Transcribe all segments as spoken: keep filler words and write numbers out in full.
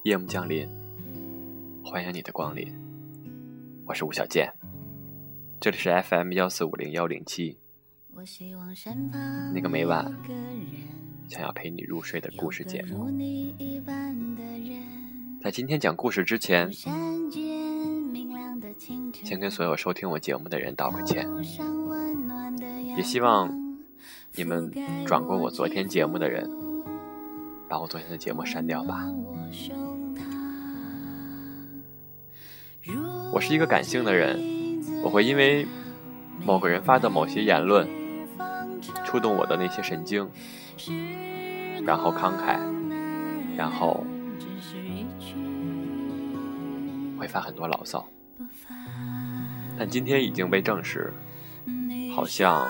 夜幕降临，欢迎你的光临，我是吴小健，这里是 F M 一四五零一零七，那个每晚想要陪你入睡的故事节目。在今天讲故事之前，先跟所有收听我节目的人道个歉，也希望你们转过我昨天节目的人把我昨天的节目删掉吧。我是一个感性的人，我会因为某个人发的某些言论触动我的那些神经，然后慷慨，然后会发很多牢骚。但今天已经被证实，好像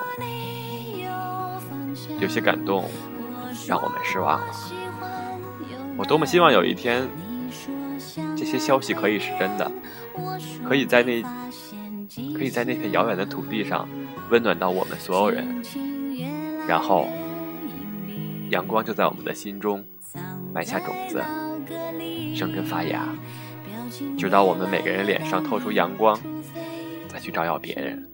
有些感动让我们失望了。我多么希望有一天这些消息可以是真的，可以在那可以在那片遥远的土地上温暖到我们所有人，然后阳光就在我们的心中埋下种子，生根发芽，直到我们每个人脸上透出阳光，再去照耀别人。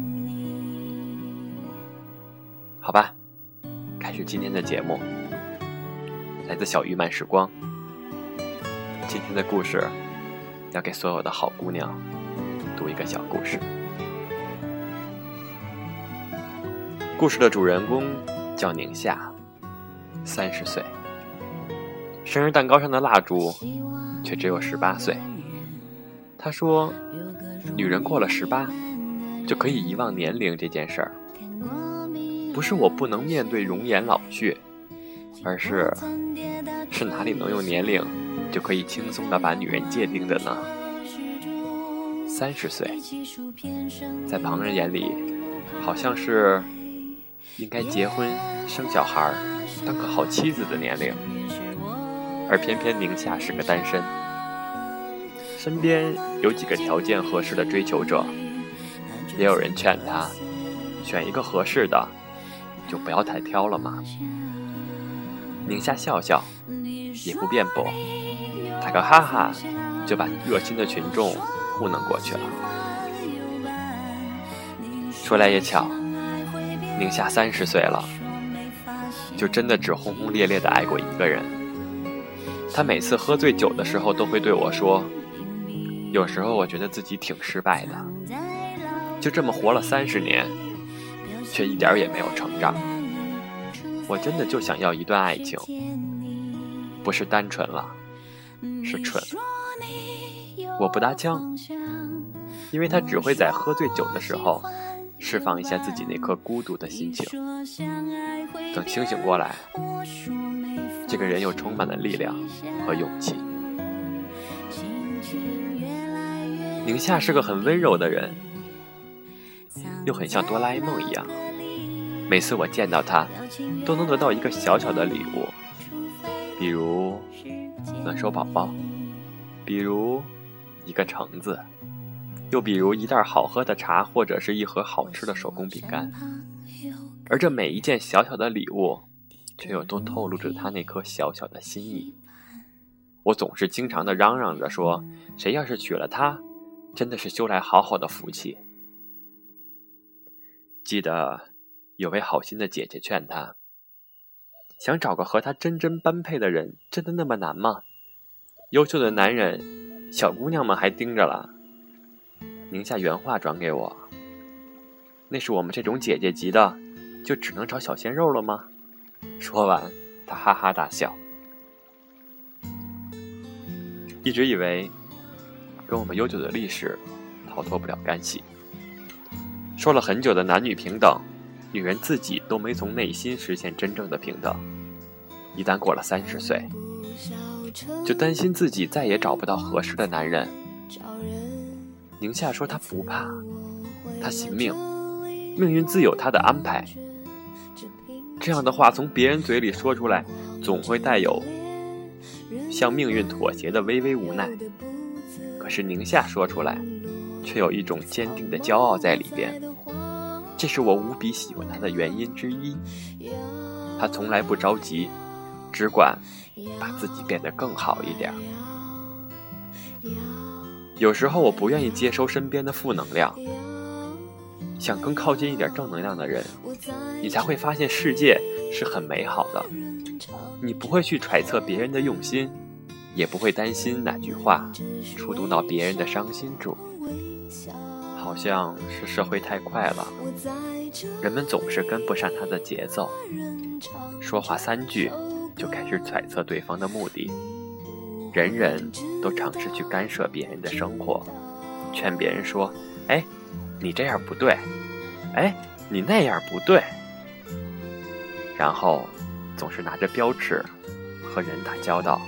好吧，开始今天的节目。来自小鱼慢时光，今天的故事要给所有的好姑娘读一个小故事。故事的主人公叫宁夏，三十岁，生日蛋糕上的蜡烛却只有十八岁。他说，女人过了十八就可以遗忘年龄这件事儿，不是我不能面对容颜老去，而是是哪里能用年龄就可以轻松地把女人界定的呢？三十岁，在旁人眼里好像是应该结婚生小孩当个好妻子的年龄，而偏偏宁夏是个单身，身边有几个条件合适的追求者，也有人劝他选一个合适的就不要太挑了嘛。宁夏笑笑，也不辩驳，打个哈哈就把热心的群众糊弄过去了。说来也巧，宁夏三十岁了，就真的只轰轰烈烈地爱过一个人。他每次喝醉酒的时候都会对我说，有时候我觉得自己挺失败的，就这么活了三十年，却一点也没有成长。我真的就想要一段爱情，不是单纯了，是蠢。我不搭腔，因为他只会在喝醉酒的时候释放一下自己那颗孤独的心情，等清醒过来，这个人又充满了力量和勇气。宁夏是个很温柔的人，又很像哆啦 A 梦一样，每次我见到他都能得到一个小小的礼物，比如暖手宝宝，比如一个橙子，又比如一袋好喝的茶，或者是一盒好吃的手工饼干。而这每一件小小的礼物却又都透露着他那颗小小的心意。我总是经常的嚷嚷着说，谁要是娶了她，真的是修来好好的福气。记得有位好心的姐姐劝他，想找个和他真真般配的人真的那么难吗？优秀的男人小姑娘们还盯着了。宁夏原话转给我，那是我们这种姐姐级的就只能找小鲜肉了吗？说完他哈哈大笑。一直以为跟我们悠久的历史逃脱不了干系，说了很久的男女平等，女人自己都没从内心实现真正的平等。一旦过了三十岁，就担心自己再也找不到合适的男人。宁夏说他不怕，他信命，命运自有他的安排。这样的话从别人嘴里说出来，总会带有向命运妥协的微微无奈，可是宁夏说出来却有一种坚定的骄傲在里边，这是我无比喜欢他的原因之一。他从来不着急，只管把自己变得更好一点。 有时候我不愿意接收身边的负能量，想更靠近一点正能量的人，你才会发现世界是很美好的。你不会去揣测别人的用心，也不会担心哪句话触动到别人的伤心处。好像是社会太快了，人们总是跟不上它的节奏，说话三句就开始揣测对方的目的，人人都尝试去干涉别人的生活，劝别人说，哎，你这样不对，哎，你那样不对，然后总是拿着标尺和人打交道。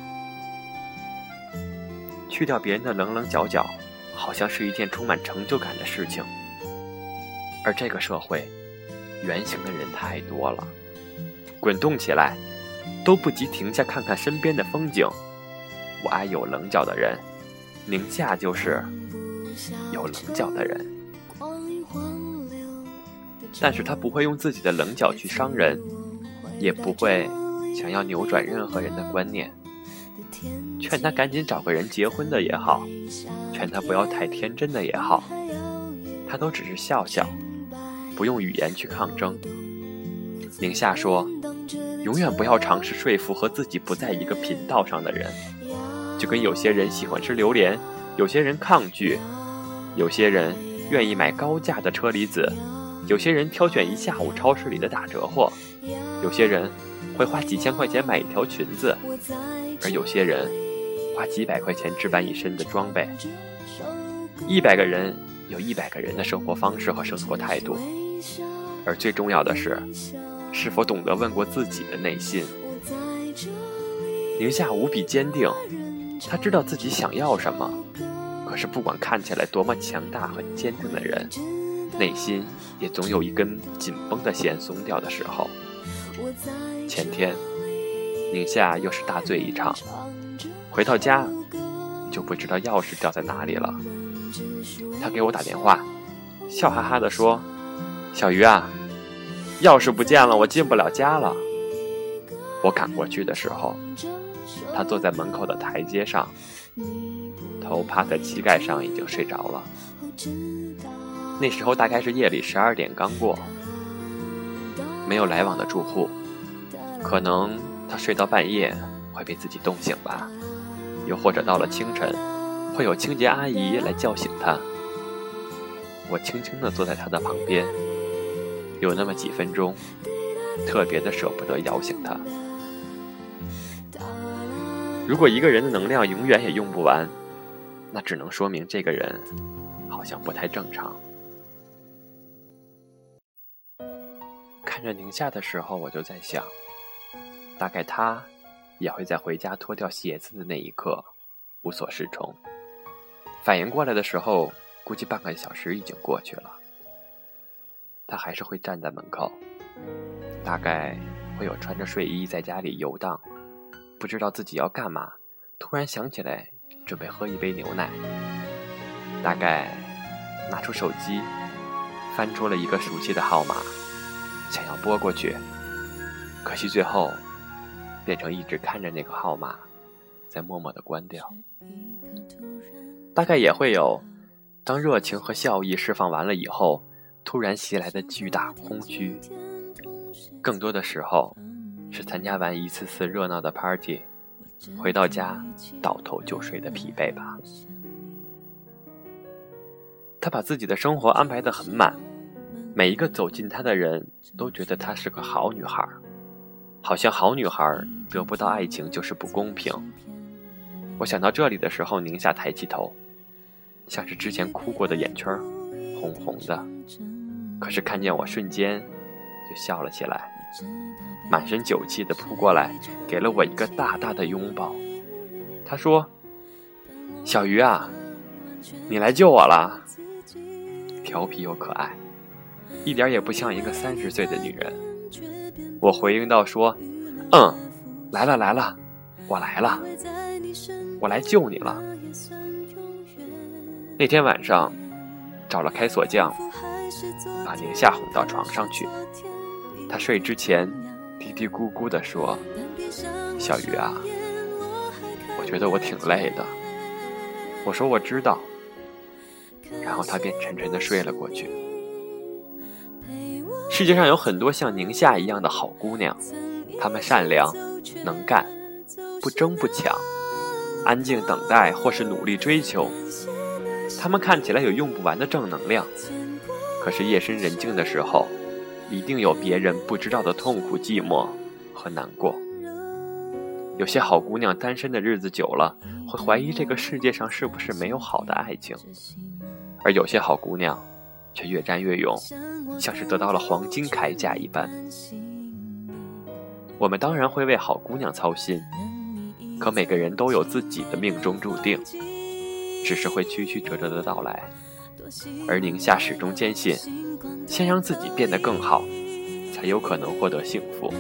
去掉别人的棱棱角角，好像是一件充满成就感的事情。而这个社会，圆形的人太多了，滚动起来，都不及停下看看身边的风景。我爱有棱角的人，宁夏就是有棱角的人。但是他不会用自己的棱角去伤人，也不会想要扭转任何人的观念。劝他赶紧找个人结婚的也好，劝他不要太天真的也好，他都只是笑笑，不用语言去抗争。宁夏说，永远不要尝试说服和自己不在一个频道上的人，就跟有些人喜欢吃榴莲，有些人抗拒，有些人愿意买高价的车厘子，有些人挑选一下午超市里的打折货，有些人会花几千块钱买一条裙子，而有些人花几百块钱置办一身的装备。一百个人有一百个人的生活方式和生活态度，而最重要的是，是否懂得问过自己的内心。宁夏无比坚定，他知道自己想要什么，可是不管看起来多么强大和坚定的人，内心也总有一根紧绷的线松掉的时候。前天宁夏又是大醉一场，回到家就不知道钥匙掉在哪里了。他给我打电话，笑哈哈地说，小鱼啊，钥匙不见了，我进不了家了。我赶过去的时候，他坐在门口的台阶上，头趴在膝盖上，已经睡着了。那时候大概是夜里十二点刚过，没有来往的住户，可能他睡到半夜会被自己冻醒吧，又或者到了清晨，会有清洁阿姨来叫醒他。我轻轻地坐在他的旁边，有那么几分钟，特别的舍不得摇醒他。如果一个人的能量永远也用不完，那只能说明这个人好像不太正常。看着宁夏的时候，我就在想，大概他也会在回家脱掉鞋子的那一刻无所适从。反应过来的时候，估计半个小时已经过去了。他还是会站在门口，大概会有穿着睡衣在家里游荡，不知道自己要干嘛，突然想起来准备喝一杯牛奶，大概拿出手机翻出了一个熟悉的号码，想要拨过去，可惜最后变成一直看着那个号码再默默地关掉。大概也会有当热情和笑意释放完了以后突然袭来的巨大空虚，更多的时候是参加完一次次热闹的 party， 回到家倒头就睡的疲惫吧。他把自己的生活安排得很满，每一个走近他的人都觉得她是个好女孩，好像好女孩得不到爱情就是不公平。我想到这里的时候，宁夏抬起头，像是之前哭过的眼圈，红红的，可是看见我瞬间就笑了起来，满身酒气地扑过来，给了我一个大大的拥抱。他说，小鱼啊，你来救我了。调皮又可爱，一点也不像一个三十岁的女人。我回应到说，嗯，来了来了，我来了，我来救你了。那天晚上找了开锁匠，把宁夏哄到床上去。他睡之前嘀嘀咕咕地说，小鱼啊，我觉得我挺累的， 我说我知道，然后他便沉沉地睡了过去。世界上有很多像宁夏一样的好姑娘，她们善良、能干，不争不抢，安静等待或是努力追求。她们看起来有用不完的正能量，可是夜深人静的时候，一定有别人不知道的痛苦、寂寞和难过。有些好姑娘单身的日子久了，会怀疑这个世界上是不是没有好的爱情，而有些好姑娘却越战越勇，像是得到了黄金铠甲一般。我们当然会为好姑娘操心，可每个人都有自己的命中注定，只是会曲曲折折的到来。而宁夏始终坚信，先让自己变得更好，才有可能获得幸福。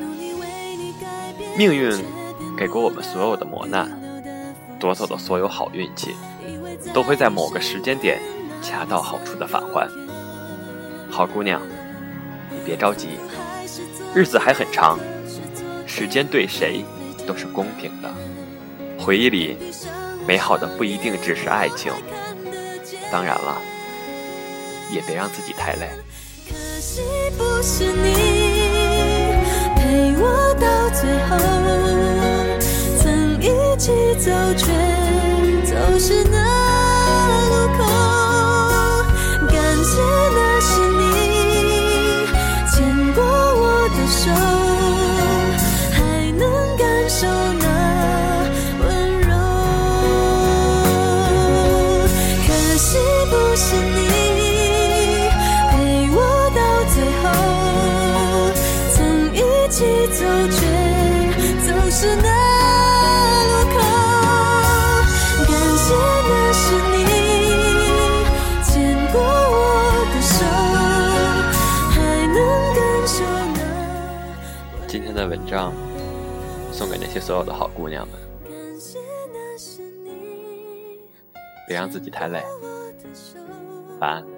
命运给过我们所有的磨难，夺走的所有好运气，都会在某个时间点恰到好处的返还。好姑娘，你别着急，日子还很长，时间对谁都是公平的。回忆里美好的不一定只是爱情，当然了，也别让自己太累。 可惜不是你陪我到最后，曾一起走却走失那路口。感谢的是你牵过我的手，还能感受那温柔。可惜不是你陪我到最后，曾一起走却走失那路口。感谢的是你牵过我的手，还能感受那。 今天的文章送给那些所有的好姑娘们， 感谢的是你别让自己太累， 我的手， 晚安。